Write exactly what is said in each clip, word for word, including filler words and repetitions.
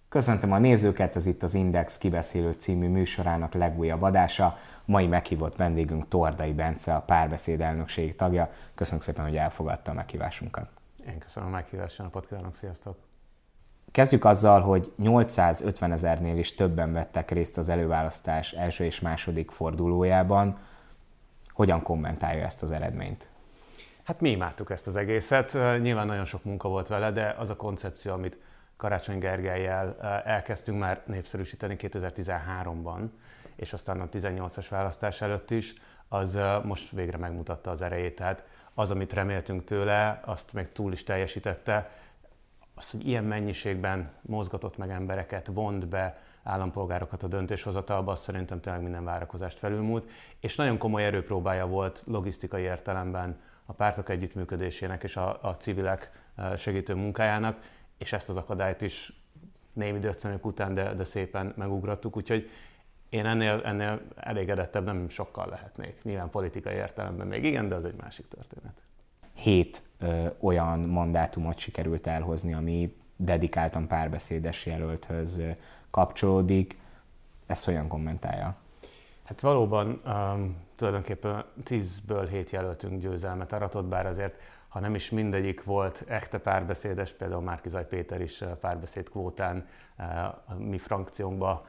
Köszöntöm a nézőket, ez itt az Index Kibeszélő című műsorának legújabb adása. A mai meghívott vendégünk Tordai Bence, a Párbeszéd elnökségi tagja. Köszönöm szépen, hogy elfogadta a meghívásunkat. Én köszönöm a meghívást, napot kívánok, sziasztok! Kezdjük azzal, hogy nyolcszázötven ezernél is többen vettek részt az előválasztás első és második fordulójában. Hogyan kommentálja ezt az eredményt? Hát mi imádtuk ezt az egészet. Nyilván nagyon sok munka volt vele, de az a koncepció, amit Karácsony Gergellyel elkezdtünk már népszerűsíteni kétezer-tizenháromban, és aztán a tizennyolcas választás előtt is, az most végre megmutatta az erejét. Tehát az, amit reméltünk tőle, azt meg túl is teljesítette. Az, hogy ilyen mennyiségben mozgatott meg embereket, vont be állampolgárokat a döntéshozatalba, az szerintem tényleg minden várakozást felülmúlt, és nagyon komoly erőpróbája volt logisztikai értelemben a pártok együttműködésének és a, a civilek segítő munkájának, és ezt az akadályt is némi döccenők után, de, de szépen megugrattuk, úgyhogy én ennél, ennél elégedettebb nem sokkal lehetnék. Nyilván politikai értelemben még igen, de az egy másik történet. Hét ö, olyan mandátumot sikerült elhozni, ami dedikáltan párbeszédes jelölthöz ö, kapcsolódik. Ezt hogyan kommentálja? Hát valóban um, tulajdonképpen tízből hét jelöltünk győzelmet aratott, bár azért, ha nem is mindegyik volt ekte párbeszédes, például Márki-Zay Péter is párbeszéd kvótán a mi frakciónkba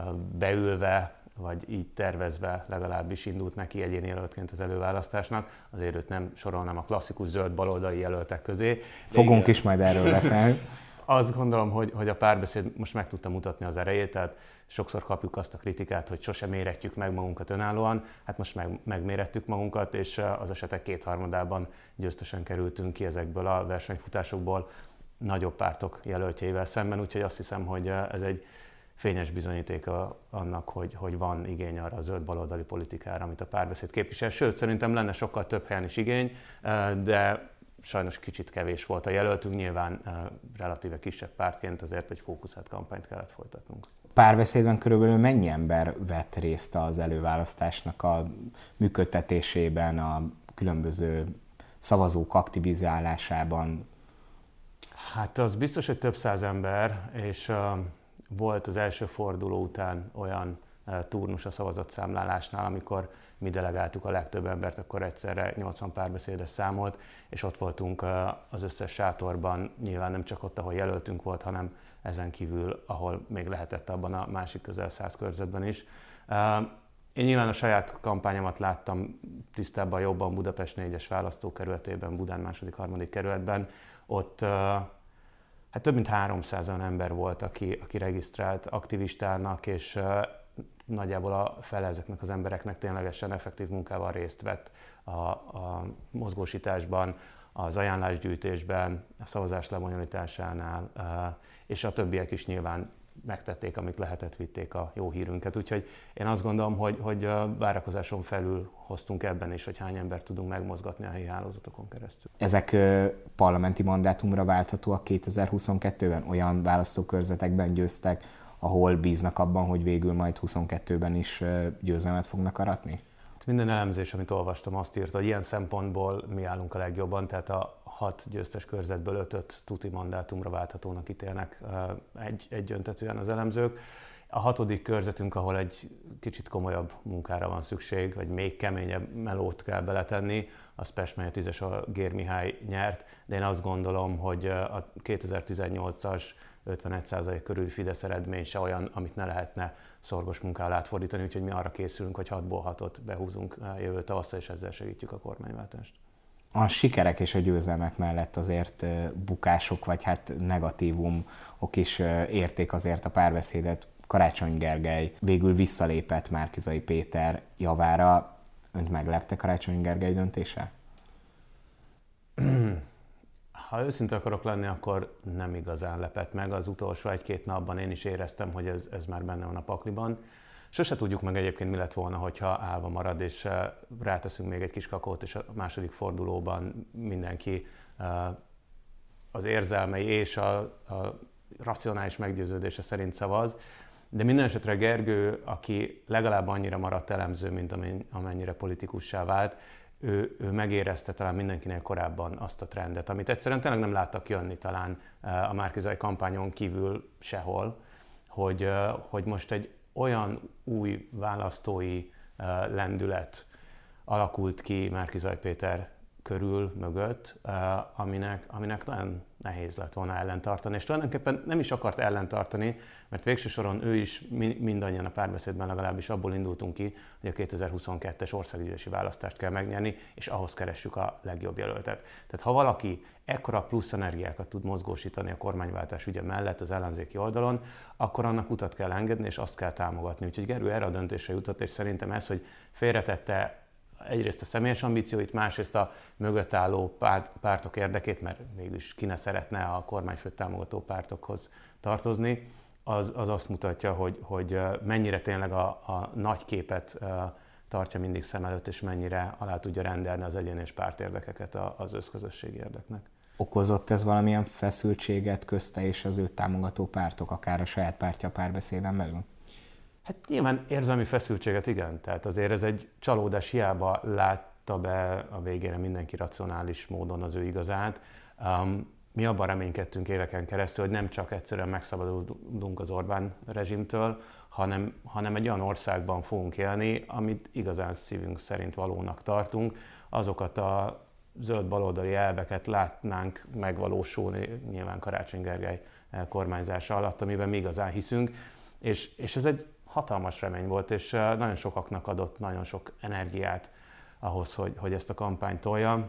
beülve, vagy így tervezve legalábbis indult neki egyéni jelöltként az előválasztásnak. Azért őt nem sorolnám a klasszikus zöld baloldali jelöltek közé. Fogunk igen, is majd erről beszélni. Azt gondolom, hogy, hogy a párbeszéd most meg tudta mutatni az erejét, tehát sokszor kapjuk azt a kritikát, hogy sosem méretjük meg magunkat önállóan, hát most meg, megmérettük magunkat, és az esetek kétharmadában győztesen kerültünk ki ezekből a versenyfutásokból nagyobb pártok jelöltjeivel szemben, úgyhogy azt hiszem, hogy ez egy fényes bizonyítéka annak, hogy, hogy van igény arra a zöld baloldali politikára, amit a párbeszéd képvisel. Sőt, szerintem lenne sokkal több helyen is igény, de sajnos kicsit kevés volt a jelöltünk, nyilván relatíve kisebb pártként azért egy fókuszált kampányt kellett folytatnunk. Párbeszédben körülbelül mennyi ember vett részt az előválasztásnak a működtetésében, a különböző szavazók aktivizálásában? Hát az biztos, hogy több száz ember, és uh, volt az első forduló után olyan uh, turnus a szavazatszámlálásnál, amikor mi delegáltuk a legtöbb embert, akkor egyszerre nyolcvan párbeszédes számolt, és ott voltunk uh, az összes sátorban, nyilván nem csak ott, ahol jelöltünk volt, hanem ezen kívül, ahol még lehetett abban a másik közel száz körzetben is. Én nyilván a saját kampányomat láttam tisztábban, jobban Budapest négyes választókerületében, Budán második, harmadik kerületben. Ott hát több mint háromszáz olyan ember volt, aki, aki regisztrált aktivistának, és nagyjából a fele ezeknek az embereknek ténylegesen effektív munkával részt vett a, a mozgósításban, az ajánlásgyűjtésben, a szavazás lebonyolításánál, és a többiek is nyilván megtették, amit lehetett, vitték a jó hírünket. Úgyhogy én azt gondolom, hogy, hogy várakozáson felül hoztunk ebben is, hogy hány embert tudunk megmozgatni a helyi hálózatokon keresztül. Ezek parlamenti mandátumra válthatóak kétezer-huszonkettőben? Olyan választókörzetekben győztek, ahol bíznak abban, hogy végül majd huszonkettőben is győzelmet fognak aratni? Minden elemzés, amit olvastam, azt írta, hogy ilyen szempontból mi állunk a legjobban, tehát a hat győztes körzetből ötöt tuti mandátumra válthatónak ítélnek egy, egyöntetően az elemzők. A hatodik körzetünk, ahol egy kicsit komolyabb munkára van szükség, vagy még keményebb melót kell beletenni, az Pest megye tízes a Gér Mihály nyert, de én azt gondolom, hogy a kétezer-tizennyolcas ötvenegy százalék körüli Fidesz eredmény se olyan, amit ne lehetne szorgos munkával átfordítani, úgyhogy mi arra készülünk, hogy hatból hatot behúzunk jövő tavasszal, és ezzel segítjük a kormányváltást. A sikerek és a győzelmek mellett azért bukások, vagy hát negatívumok is érték azért a párbeszédet. Karácsony Gergely végül visszalépett Márki-Zay Péter javára. Önt meglepte Karácsony Gergely döntése? Ha őszinte akarok lenni, akkor nem igazán lepett meg. Az utolsó egy-két napban én is éreztem, hogy ez, ez már benne van a pakliban. Sose tudjuk meg egyébként, mi lett volna, hogyha állva marad, és ráteszünk még egy kis kakót, és a második fordulóban mindenki az érzelmei és a, a racionális meggyőződése szerint szavaz. De minden esetre Gergő, aki legalább annyira maradt elemző, mint amennyire politikussá vált, ő, ő megérezte talán mindenkinél korábban azt a trendet, amit egyszerűen tényleg nem láttak jönni talán a Márki-Zay kampányon kívül sehol. hogy, hogy most egy olyan új választói lendület alakult ki Márki-Zay Péter körül, mögött, aminek, aminek nagyon nehéz lett volna ellentartani, és tulajdonképpen nem is akart ellentartani, mert végső soron ő is, mindannyian a Párbeszédben legalábbis abból indultunk ki, hogy a kétezer-huszonkettes országgyűlési választást kell megnyerni, és ahhoz keressük a legjobb jelöltet. Tehát ha valaki ekkora plusz energiákat tud mozgósítani a kormányváltás ügye mellett az ellenzéki oldalon, akkor annak utat kell engedni, és azt kell támogatni. Úgyhogy Gergő erre a döntésre jutott, és szerintem ez, hogy félretette egyrészt a személyes ambícióit, másrészt a mögött álló párt, pártok érdekét, mert mégis ki ne szeretne a kormányfőt támogató pártokhoz tartozni, az, az azt mutatja, hogy, hogy mennyire tényleg a, a nagy képet tartja mindig szem előtt, és mennyire alá tudja rendelni az egyén és pártérdekeket az összközösségi érdeknek. Okozott ez valamilyen feszültséget közte és az őt támogató pártok, akár a saját pártja Párbeszéden belül? Hát nyilván érzelmi feszültséget igen, tehát azért ez egy csalódás, hiába látta be a végére mindenki racionális módon az ő igazát. Um, mi abban reménykedtünk éveken keresztül, hogy nem csak egyszerűen megszabadulunk az Orbán rezsimtől, hanem, hanem egy olyan országban fogunk élni, amit igazán szívünk szerint valónak tartunk. Azokat a zöld baloldali elveket látnánk megvalósulni nyilván Karácsony Gergely kormányzása alatt, amiben mi igazán hiszünk, és, és ez egy hatalmas remény volt, és nagyon sokaknak adott nagyon sok energiát ahhoz, hogy, hogy ezt a kampányt tolja,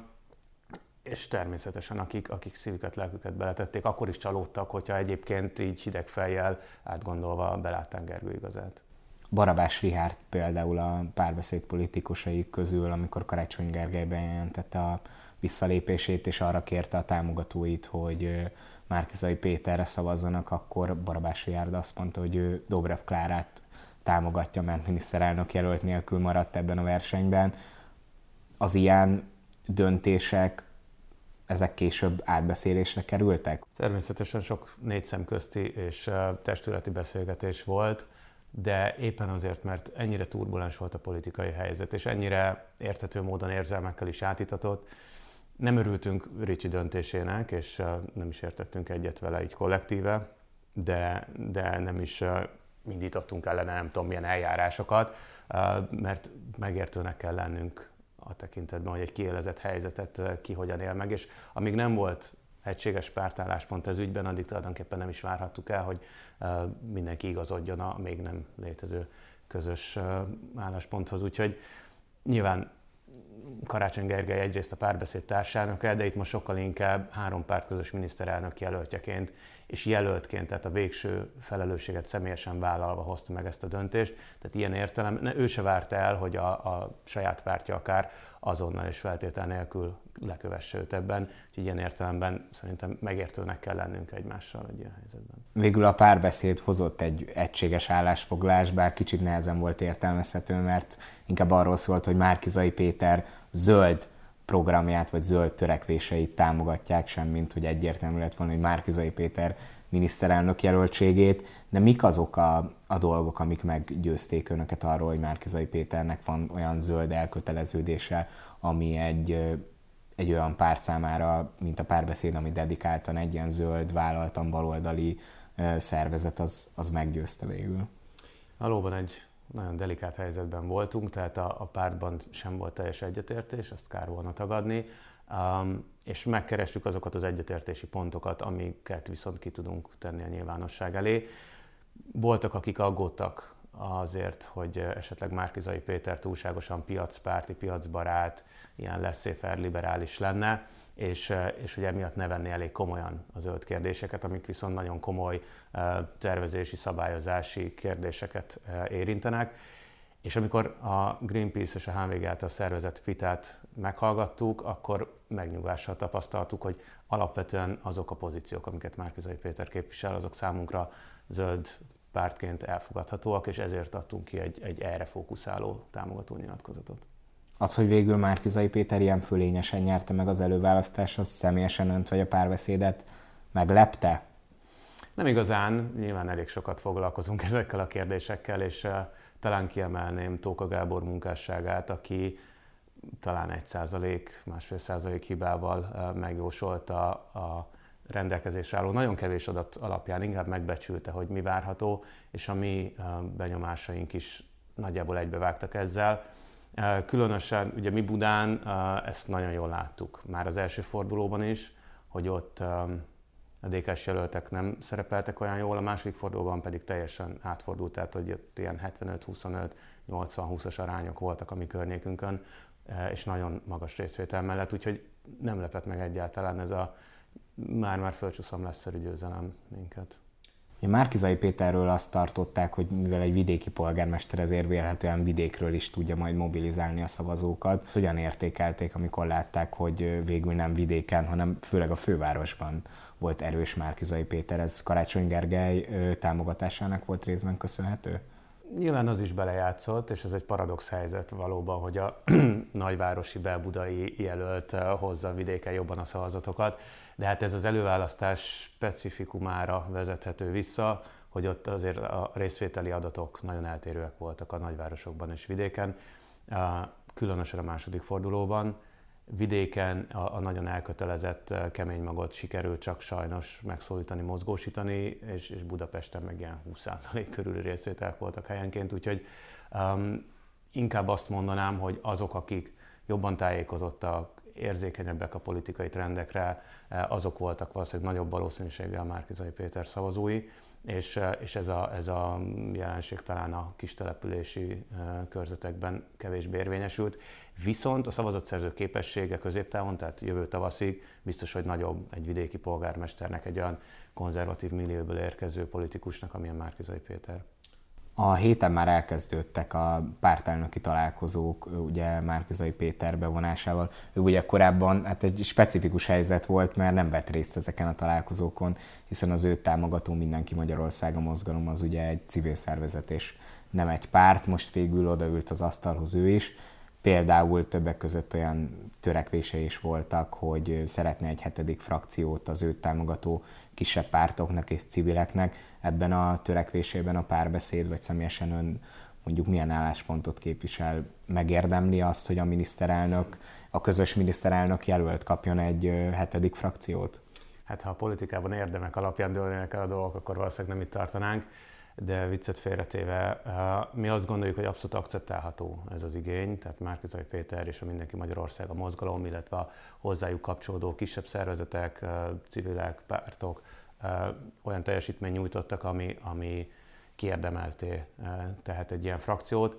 és természetesen akik, akik szívüket, lelküket beletették, akkor is csalódtak, hogyha egyébként így hideg fejjel átgondolva belátták Gergő igazát. Barabás Richárd például a Párbeszéd politikusai közül, amikor Karácsony Gergely bejelentette a visszalépését, és arra kérte a támogatóit, hogy Márki-Zay Péterre szavazzanak, akkor Barabás Richárd azt mondta, hogy ő Dobrev Klárát támogatja, mert miniszterelnök jelölt nélkül maradt ebben a versenyben. Az ilyen döntések, ezek később átbeszélésre kerültek? Természetesen sok négy szem közti és testületi beszélgetés volt, de éppen azért, mert ennyire turbulens volt a politikai helyzet, és ennyire érthető módon érzelmekkel is átítatott, nem örültünk Ricsi döntésének, és nem is értettünk egyet vele így kollektíve, de, de nem is indítottunk ellene nem tudom milyen eljárásokat, mert megértőnek kell lennünk a tekintetben, hogy egy kiélezett helyzetet ki hogyan él meg, és amíg nem volt egységes pártálláspont ez ügyben, addig tulajdonképpen nem is várhattuk el, hogy mindenki igazodjon a még nem létező közös állásponthoz. Úgyhogy nyilván Karácsony Gergely egyrészt a Párbeszéd társelnöke, de itt most sokkal inkább három párt közös miniszterelnök jelöltjeként és jelöltként, tehát a végső felelősséget személyesen vállalva hozta meg ezt a döntést. Tehát ilyen értelem, ő se várta el, hogy a, a saját pártja akár azonnal és feltétel nélkül lekövesse őt ebben. Úgyhogy ilyen értelemben szerintem megértőnek kell lennünk egymással egy ilyen helyzetben. Végül a Párbeszéd hozott egy egységes állásfoglalást, bár kicsit nehezen volt értelmezhető, mert inkább arról szólt, hogy Márki-Zay Péter zöld programját vagy zöld törekvéseit támogatják, semmint, hogy egyértelmű lett volna, hogy Márki-Zay Péter miniszterelnök jelöltségét, de mik azok a, a dolgok, amik meggyőzték önöket arról, hogy Márki-Zay Péternek van olyan zöld elköteleződése, ami egy, egy olyan párt számára, mint a Párbeszéd, ami dedikáltan egy ilyen zöld, vállaltan baloldali szervezet, az, az meggyőzte végül? Valóban egy nagyon delikát helyzetben voltunk, tehát a, a pártban sem volt teljes egyetértés, azt kár volna tagadni, um, és megkerestük azokat az egyetértési pontokat, amiket viszont ki tudunk tenni a nyilvánosság elé. Voltak, akik aggódtak azért, hogy esetleg Márki-Zay Péter túlságosan piacpárti, piacbarát, ilyen laissez-faire liberális lenne, és, és hogy emiatt ne venni elég komolyan a zöld kérdéseket, amik viszont nagyon komoly tervezési, szabályozási kérdéseket érintenek. És amikor a Greenpeace és a há vé gé által szervezett vitát meghallgattuk, akkor megnyugvással tapasztaltuk, hogy alapvetően azok a pozíciók, amiket Márki-Zay Péter képvisel, azok számunkra zöld pártként elfogadhatóak, és ezért adtunk ki egy, egy erre fókuszáló támogató nyilatkozatot. Az, hogy végül Márki-Zay Péter ilyen fölényesen nyerte meg az előválasztást, az személyesen önt vagy a Párbeszédet meglepte? Nem igazán, nyilván elég sokat foglalkozunk ezekkel a kérdésekkel, és uh, talán kiemelném Tóka Gábor munkásságát, aki talán egy százalék, másfél százalék hibával uh, megjósolta a rendelkezésre álló nagyon kevés adat alapján inkább megbecsülte, hogy mi várható, és a mi benyomásaink is nagyjából egybevágtak ezzel. Különösen ugye mi Budán ezt nagyon jól láttuk, már az első fordulóban is, hogy ott a dé ká-s jelöltek nem szerepeltek olyan jól, a második fordulóban pedig teljesen átfordult, tehát hogy ott ilyen hetvenöt huszonöt, nyolcvan húszas arányok voltak a mi környékünkön, és nagyon magas részvétel mellett, úgyhogy nem lepett meg egyáltalán ez a már-már földcsúszamlásszerű győzelem minket. Márki-Zay Péterről azt tartották, hogy mivel egy vidéki polgármester, ezért vélhetően vidékről is tudja majd mobilizálni a szavazókat. Hogyan értékelték, amikor látták, hogy végül nem vidéken, hanem főleg a fővárosban volt erős Márki-Zay Péter? Ez Karácsony Gergely támogatásának volt részben köszönhető? Nyilván az is belejátszott, és ez egy paradox helyzet valóban, hogy a nagyvárosi belbudai jelölt hozza vidéken jobban a szavazatokat, de hát ez az előválasztás specifikumára vezethető vissza, hogy ott azért a részvételi adatok nagyon eltérőek voltak a nagyvárosokban és vidéken, különösen a második fordulóban. Vidéken a, a nagyon elkötelezett, kemény magot sikerült csak sajnos megszólítani, mozgósítani, és, és Budapesten meg ilyen húsz százalék körüli részvételek voltak helyenként, úgyhogy um, inkább azt mondanám, hogy azok, akik jobban tájékozottak, érzékenyebbek a politikai trendekre, azok voltak valószínűleg nagyobb valószínűséggel Márki-Zay Péter szavazói, és, és ez, a, ez a jelenség talán a kistelepülési körzetekben kevésbé érvényesült. Viszont a szavazatszerző képessége középtávon, tehát jövő tavaszig biztos, hogy nagyobb egy vidéki polgármesternek, egy olyan konzervatív millióból érkező politikusnak, amilyen Márki-Zay Péter. A héten már elkezdődtek a pártelnöki találkozók, ugye Márki-Zay Péter bevonásával. Ő ugye korábban hát egy specifikus helyzet volt, mert nem vett részt ezeken a találkozókon, hiszen az őt támogató Mindenki Magyarországa mozgalom az ugye egy civil szervezet és nem egy párt, most végül odaült az asztalhoz ő is. Például többek között olyan törekvései is voltak, hogy szeretne egy hetedik frakciót az őt támogató kisebb pártoknak és civileknek. Ebben a törekvésében a Párbeszéd, vagy személyesen ön mondjuk milyen álláspontot képvisel? Megérdemli azt, hogy a miniszterelnök, a közös miniszterelnök jelölt kapjon egy hetedik frakciót? Hát ha a politikában érdemek alapján dőlnének el a dolgok, akkor valószínűleg nem itt tartanánk. De viccet félretéve, mi azt gondoljuk, hogy abszolút akceptálható ez az igény, tehát Márki-Zay Péter és a Mindenki Magyarország a mozgalom, illetve a hozzájuk kapcsolódó kisebb szervezetek, civilek, pártok olyan teljesítményt nyújtottak, ami, ami kiérdemelté tehet egy ilyen frakciót.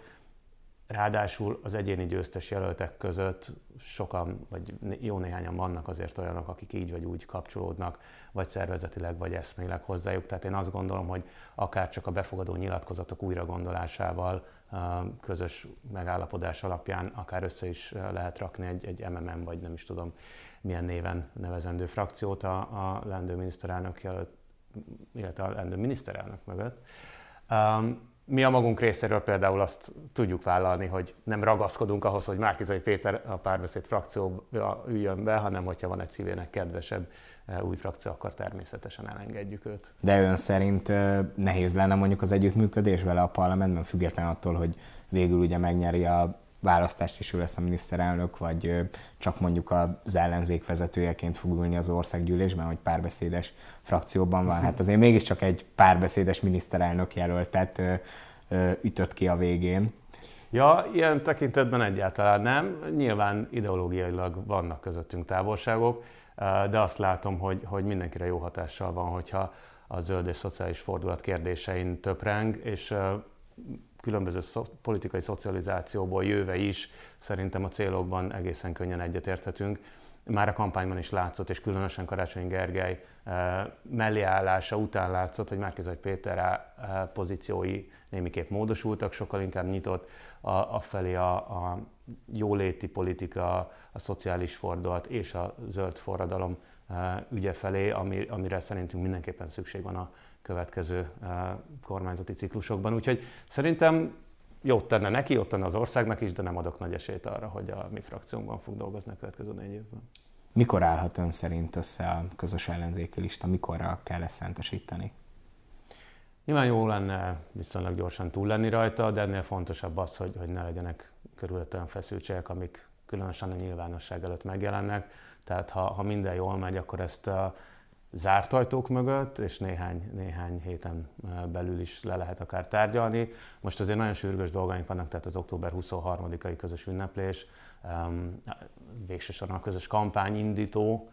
Ráadásul az egyéni győztes jelöltek között sokan, vagy jó néhányan vannak azért olyanok, akik így vagy úgy kapcsolódnak, vagy szervezetileg, vagy eszméleg hozzájuk. Tehát én azt gondolom, hogy akár csak a befogadó nyilatkozatok újragondolásával, közös megállapodás alapján akár össze is lehet rakni egy, egy em em em, vagy nem is tudom milyen néven nevezendő frakciót a, a leendő miniszterelnök jelölt, illetve a leendő miniszterelnök mögött. Mi a magunk részéről például azt tudjuk vállalni, hogy nem ragaszkodunk ahhoz, hogy Márki-Zay Péter a Párbeszéd frakcióba üljön be, hanem hogyha van egy civilnek kedvesebb új frakció, akkor természetesen elengedjük őt. De ön szerint nehéz lenne mondjuk az együttműködés vele a parlamentben, független attól, hogy végül ugye megnyeri a választást és ő lesz a miniszterelnök, vagy csak mondjuk az ellenzék vezetőjeként fog ülni az országgyűlésben, hogy párbeszédes frakcióban van. Hát azért mégiscsak egy párbeszédes miniszterelnök jelöltet ütött ki a végén. Ja, ilyen tekintetben egyáltalán nem. Nyilván ideológiailag vannak közöttünk távolságok, de azt látom, hogy, hogy mindenkire jó hatással van, hogyha a zöld és szociális fordulat kérdésein töpreng, és különböző szo- politikai szocializációból jöve is szerintem a célokban egészen könnyen egyetérthetünk. Már a kampányban is látszott, és különösen Karácsony Gergely melléállása után látszott, hogy Márki-Zay Péter pozíciói némiképp módosultak, sokkal inkább nyitott a, a felé a, a jóléti politika, a szociális fordulat és a zöld forradalom ügye felé, ami, amire szerintünk mindenképpen szükség van a következő kormányzati ciklusokban. Úgyhogy szerintem jót tenne neki, jót tenne az országnak is, de nem adok nagy esélyt arra, hogy a mi frakciónkban fog dolgozni a következő négy évben. Mikor állhat ön szerint össze a közös ellenzéki lista, mikorra kell ezt szentesíteni? Nyilván jó lenne viszonylag gyorsan túl lenni rajta, de ennél fontosabb az, hogy, hogy ne legyenek körülött olyan feszültségek, amik különösen a nyilvánosság előtt megjelennek. Tehát ha, ha minden jól megy, akkor ezt a zárt ajtók mögött, és néhány, néhány héten belül is le lehet akár tárgyalni. Most azért nagyon sürgős dolgaink vannak, tehát az október huszonharmadikai közös ünneplés, végsősorban a közös kampányindító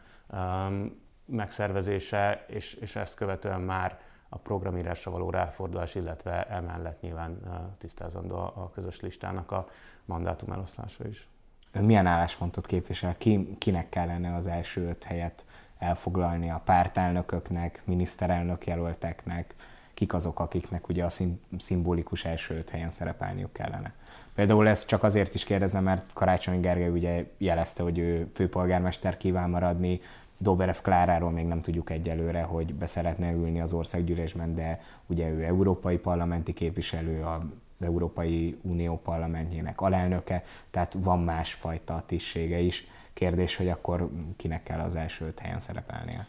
megszervezése, és, és ezt követően már a programírásra való ráfordulás, illetve emellett nyilván tisztázandó a közös listának a mandátum eloszlása is. Ön milyen álláspontot képvisel? Ki, kinek kellene az első öt helyet elfoglalni, a pártelnököknek, miniszterelnök jelölteknek, kik azok, akiknek ugye a szimbolikus első öt helyen szerepelniük kellene? Például ezt csak azért is kérdezem, mert Karácsony Gergely ugye jelezte, hogy ő főpolgármester kíván maradni, Dobrev Kláráról még nem tudjuk egyelőre, hogy be szeretne ülni az országgyűlésben, de ugye ő európai parlamenti képviselő, az Európai Unió parlamentjének alelnöke, tehát van másfajta tisztsége is. Kérdés, hogy akkor kinek kell az első öt helyen szerepelnie?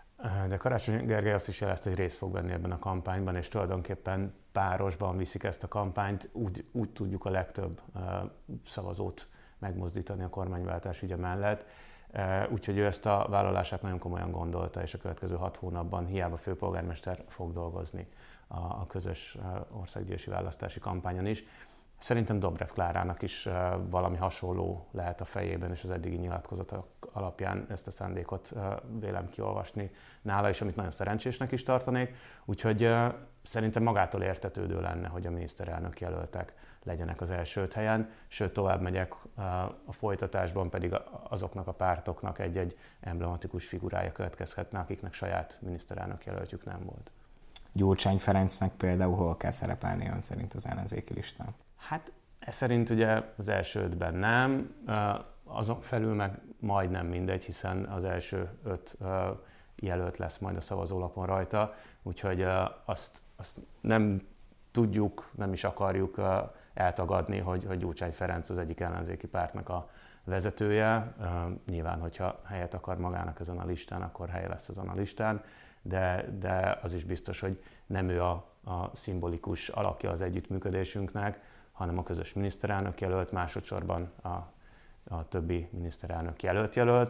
De Karácsony Gergely azt is jelezte, hogy részt fog venni ebben a kampányban, és tulajdonképpen párosban viszik ezt a kampányt, úgy, úgy tudjuk a legtöbb szavazót megmozdítani a kormányváltás ügye mellett. Úgyhogy ő ezt a vállalását nagyon komolyan gondolta, és a következő hat hónapban hiába főpolgármester fog dolgozni a, a közös országgyűlési választási kampányon is. Szerintem Dobrev Klárának is valami hasonló lehet a fejében, és az eddigi nyilatkozatok alapján ezt a szándékot vélem kiolvasni nála is, amit nagyon szerencsésnek is tartanék. Úgyhogy szerintem magától értetődő lenne, hogy a miniszterelnök jelöltek legyenek az első öt helyen, sőt tovább megyek, a folytatásban pedig azoknak a pártoknak egy-egy emblematikus figurája következhetne, akiknek saját miniszterelnök jelöltjük nem volt. Gyurcsány Ferencnek például hol kell szerepelni ön szerint az ellenzéki listán? Hát ez szerint ugye az első ötben nem, azon felül meg majdnem mindegy, hiszen az első öt jelölt lesz majd a szavazólapon rajta, úgyhogy azt, azt nem tudjuk, nem is akarjuk eltagadni, hogy, hogy Gyurcsány Ferenc az egyik ellenzéki pártnak a vezetője. Nyilván, hogyha helyet akar magának ezen a listán, akkor helye lesz ezen a listán, de, de az is biztos, hogy nem ő a, a szimbolikus alakja az együttműködésünknek, hanem a közös miniszterelnök jelölt, másodszorban a, a többi miniszterelnök jelölt jelölt.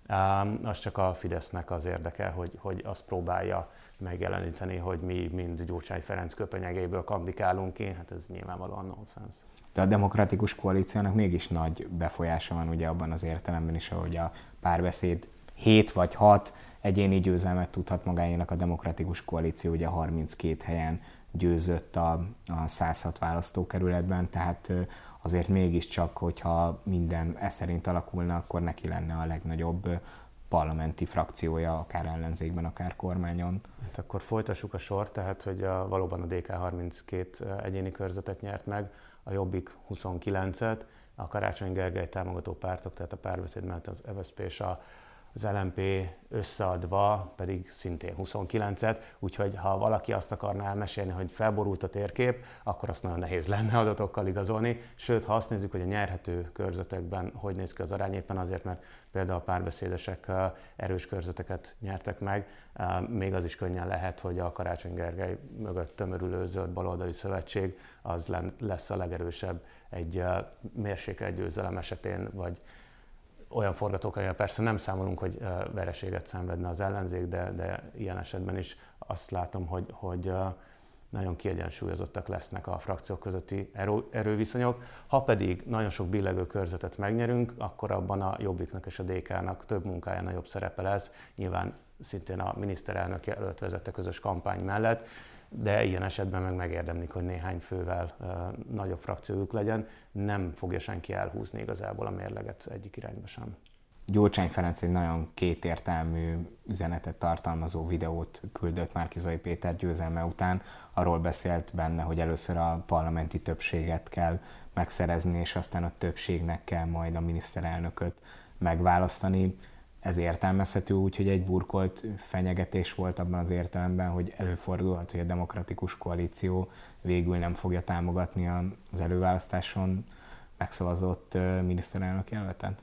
Az csak a Fidesznek az érdeke, hogy, hogy azt próbálja megjeleníteni, hogy mi mind Gyurcsány Ferenc köpenyegéből kandikálunk ki, hát ez nyilvánvalóan nonsens. De a demokratikus koalíciónak mégis nagy befolyása van ugye abban az értelemben is, ahogy a Párbeszéd hét vagy hat egyéni győzelmet tudhat magáénak a demokratikus koalíció, ugye harminckét helyen győzött a, a száz hat választókerületben, tehát azért mégiscsak, hogyha minden e szerint alakulna, akkor neki lenne a legnagyobb parlamenti frakciója, akár ellenzékben, akár kormányon. Hát akkor folytassuk a sort, tehát hogy a, valóban a dé ká harminckét egyéni körzetet nyert meg, a Jobbik huszonkilencet, a Karácsony Gergely támogató pártok, tehát a Párbeszéd mellett az em es zé pé és a az el em pé összeadva pedig szintén huszonkilencet, úgyhogy ha valaki azt akarná elmesélni, hogy felborult a térkép, akkor azt nagyon nehéz lenne adatokkal igazolni. Sőt, ha azt nézzük, hogy a nyerhető körzetekben hogy néz ki az arány, éppen azért, mert például a párbeszédesek erős körzeteket nyertek meg, még az is könnyen lehet, hogy a Karácsony Gergely mögött tömörülő zöld baloldali szövetség az lesz a legerősebb egy mérsékelt győzelem esetén, vagy olyan forgatókönyvvel persze nem számolunk, hogy vereséget szenvedne az ellenzék, de, de ilyen esetben is azt látom, hogy, hogy nagyon kiegyensúlyozottak lesznek a frakciók közötti erő, erőviszonyok. Ha pedig nagyon sok billegő körzetet megnyerünk, akkor abban a Jobbiknak és a dé ká-nak több munkája, nagyobb szerepe lesz. Nyilván szintén a miniszterelnök jelölt vezette közös kampány mellett, de ilyen esetben meg megérdemlik, hogy néhány fővel uh, nagyobb frakciójuk legyen, nem fogja senki elhúzni igazából a mérleget egyik irányba sem. Gyurcsány Ferenc egy nagyon kétértelmű üzenetet tartalmazó videót küldött Márki-Zay Péter győzelme után. Arról beszélt benne, hogy először a parlamenti többséget kell megszerezni, és aztán a többségnek kell majd a miniszterelnököt megválasztani. Ez értelmezhető úgy, hogy egy burkolt fenyegetés volt abban az értelemben, hogy előfordulhat, hogy a demokratikus koalíció végül nem fogja támogatni az előválasztáson megszavazott miniszterelnök jelöltet?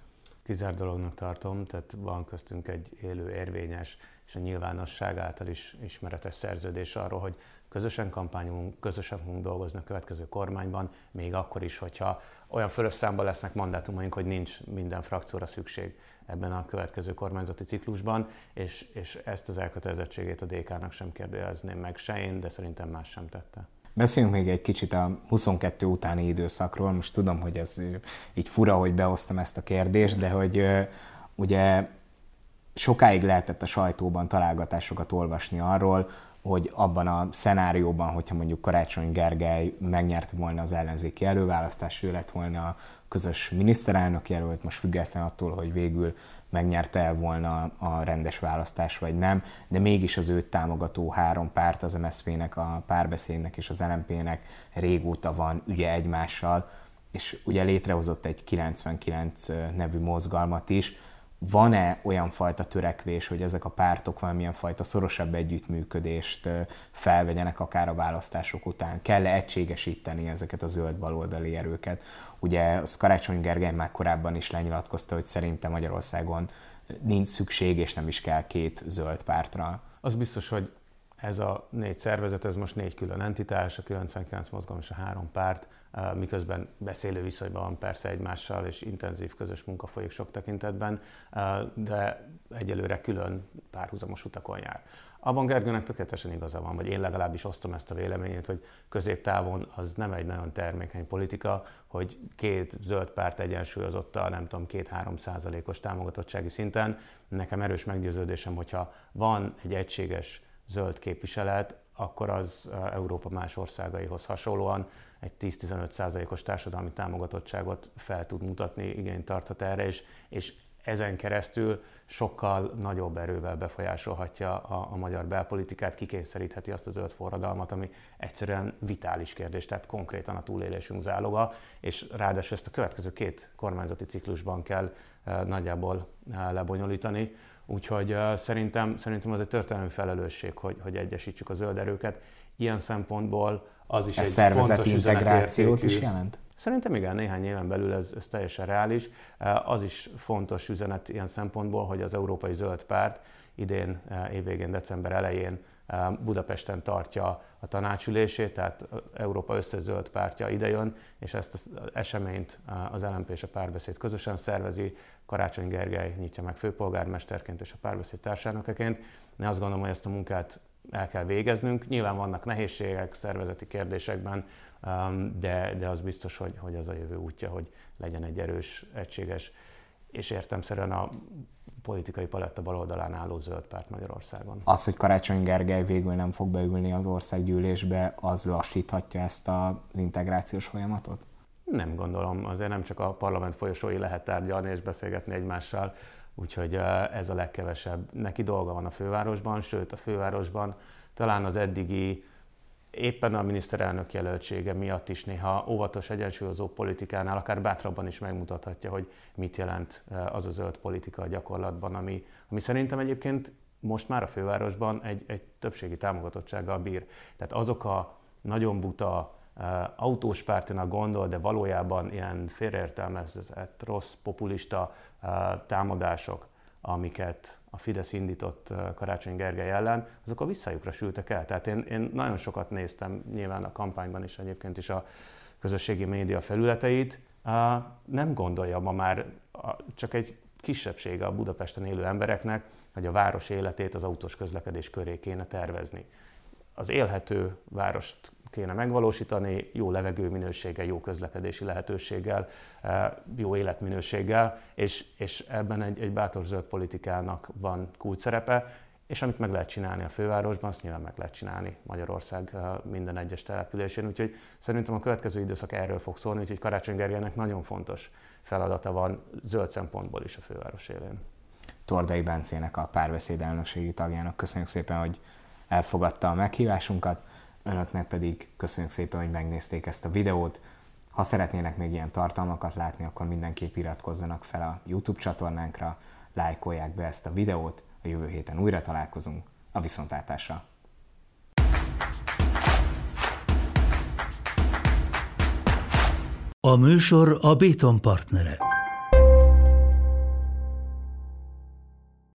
Kizárt dolognak tartom, tehát van köztünk egy élő, érvényes és a nyilvánosság által is ismeretes szerződés arról, hogy közösen kampányolunk, közösen fogunk dolgozni a következő kormányban, még akkor is, hogyha olyan fölös számban lesznek mandátumaink, hogy nincs minden frakcióra szükség ebben a következő kormányzati ciklusban, és, és ezt az elkötelezettségét a dé ká-nak sem kérdezném meg se én, de szerintem más sem tette. Beszéljünk még egy kicsit a huszonkettő utáni időszakról. Most tudom, hogy ez így fura, hogy behoztam ezt a kérdést, de hogy ugye sokáig lehetett a sajtóban találgatásokat olvasni arról, hogy abban a szenárióban, hogyha mondjuk Karácsony Gergely megnyerte volna az ellenzéki előválasztást, ő lett volna a közös miniszterelnök jelölt, most független attól, hogy végül megnyerte el volna a rendes választás, vagy nem, de mégis az őt támogató három párt, az em es zé pé-nek, a Párbeszédnek és az el em pé-nek régóta van ügye egymással, és ugye létrehozott egy kilencvenkilenc nevű mozgalmat is. Van-e olyan fajta törekvés, hogy ezek a pártok valamilyen fajta szorosabb együttműködést felvegyenek akár a választások után? Kell-e egységesíteni ezeket a zöld baloldali erőket? Ugye az Karácsony Gergely már korábban is lenyilatkozta, hogy szerintem Magyarországon nincs szükség és nem is kell két zöld pártra. Az biztos, hogy ez a négy szervezet, ez most négy külön entitás, a kilencvenkilenc mozgalom és a három párt, miközben beszélő viszonyban van persze egymással, és intenzív közös munka folyik sok tekintetben, de egyelőre külön párhuzamos utakon jár. Abban Gergőnek tökéletesen igaza van, vagy én legalábbis osztom ezt a véleményét, hogy középtávon az nem egy nagyon termékeny politika, hogy két zöld párt egyensúlyozott a nem tudom, két-három százalékos támogatottsági szinten. Nekem erős meggyőződésem, hogyha van egy egységes zöld képviselet, akkor az Európa más országaihoz hasonlóan egy tíz-tizenöt százalékos társadalmi támogatottságot fel tud mutatni, igényt tarthat erre, és, és ezen keresztül sokkal nagyobb erővel befolyásolhatja a, a magyar belpolitikát, kikényszerítheti azt a zöld forradalmat, ami egyszerűen vitális kérdés, tehát konkrétan a túlélésünk záloga, és ráadásul ezt a következő két kormányzati ciklusban kell e, nagyjából e, lebonyolítani. Úgyhogy uh, szerintem, szerintem az egy történelmi felelősség, hogy, hogy egyesítsük a zöld erőket. Ilyen szempontból az is ez egy szervezeti fontos integrációt is jelent? Szerintem igen, néhány éven belül ez, ez teljesen reális. Uh, az is fontos üzenet ilyen szempontból, hogy az Európai Zöld Párt idén, uh, évvégén, december elején uh, Budapesten tartja a tanácsülését, tehát Európa összes zöld pártja idejön, és ezt az eseményt uh, az el em pé és a Párbeszéd közösen szervezi. Karácsony Gergely nyitja meg főpolgármesterként és a Párbeszéd társelnökeként. Én azt gondolom, hogy ezt a munkát el kell végeznünk. Nyilván vannak nehézségek szervezeti kérdésekben, de, de az biztos, hogy, hogy az a jövő útja, hogy legyen egy erős, egységes és értelemszerűen a politikai paletta baloldalán álló zöld párt Magyarországon. Az, hogy Karácsony Gergely végül nem fog beülni az országgyűlésbe, az lassíthatja ezt az integrációs folyamatot? Nem gondolom, azért nem csak a parlament folyosói lehet tárgyalni és beszélgetni egymással, úgyhogy ez a legkevesebb. Neki dolga van a fővárosban, sőt a fővárosban talán az eddigi éppen a miniszterelnök jelöltsége miatt is néha óvatos, egyensúlyozó politikánál akár bátrabban is megmutathatja, hogy mit jelent az a zöld politika a gyakorlatban, ami, ami szerintem egyébként most már a fővárosban egy, egy többségi támogatottsággal bír. Tehát azok a nagyon buta, autós pártinak gondol, de valójában ilyen félreértelmezett, rossz, populista támadások, amiket a Fidesz indított Karácsony Gergely ellen, azok a visszajukra sültek el. Tehát én, én nagyon sokat néztem, nyilván a kampányban is egyébként is a közösségi média felületeit. Nem gondolja ma már csak egy kisebbsége a Budapesten élő embereknek, hogy a város életét az autós közlekedés köré kéne tervezni. Az élhető várost kéne megvalósítani, jó levegőminőséggel, jó közlekedési lehetőséggel, jó életminőséggel, és, és ebben egy, egy bátor zöld politikának van kulcsszerepe, és amit meg lehet csinálni a fővárosban, azt nyilván meg lehet csinálni Magyarország minden egyes településén, úgyhogy szerintem a következő időszak erről fog szólni, úgyhogy Karácsony Gergelynek nagyon fontos feladata van zöld szempontból is a főváros élén. Tordai Bencének, a Párbeszéd elnökségi tagjának köszönjük szépen, hogy elfogadta a meghívásunkat. Önöknek pedig köszönjük szépen, hogy megnézték ezt a videót. Ha szeretnének még ilyen tartalmakat látni, akkor mindenképp iratkozzanak fel a YouTube csatornánkra, lájkolják be ezt a videót, a jövő héten újra találkozunk. A viszontlátásra! A műsor a Béton partnere.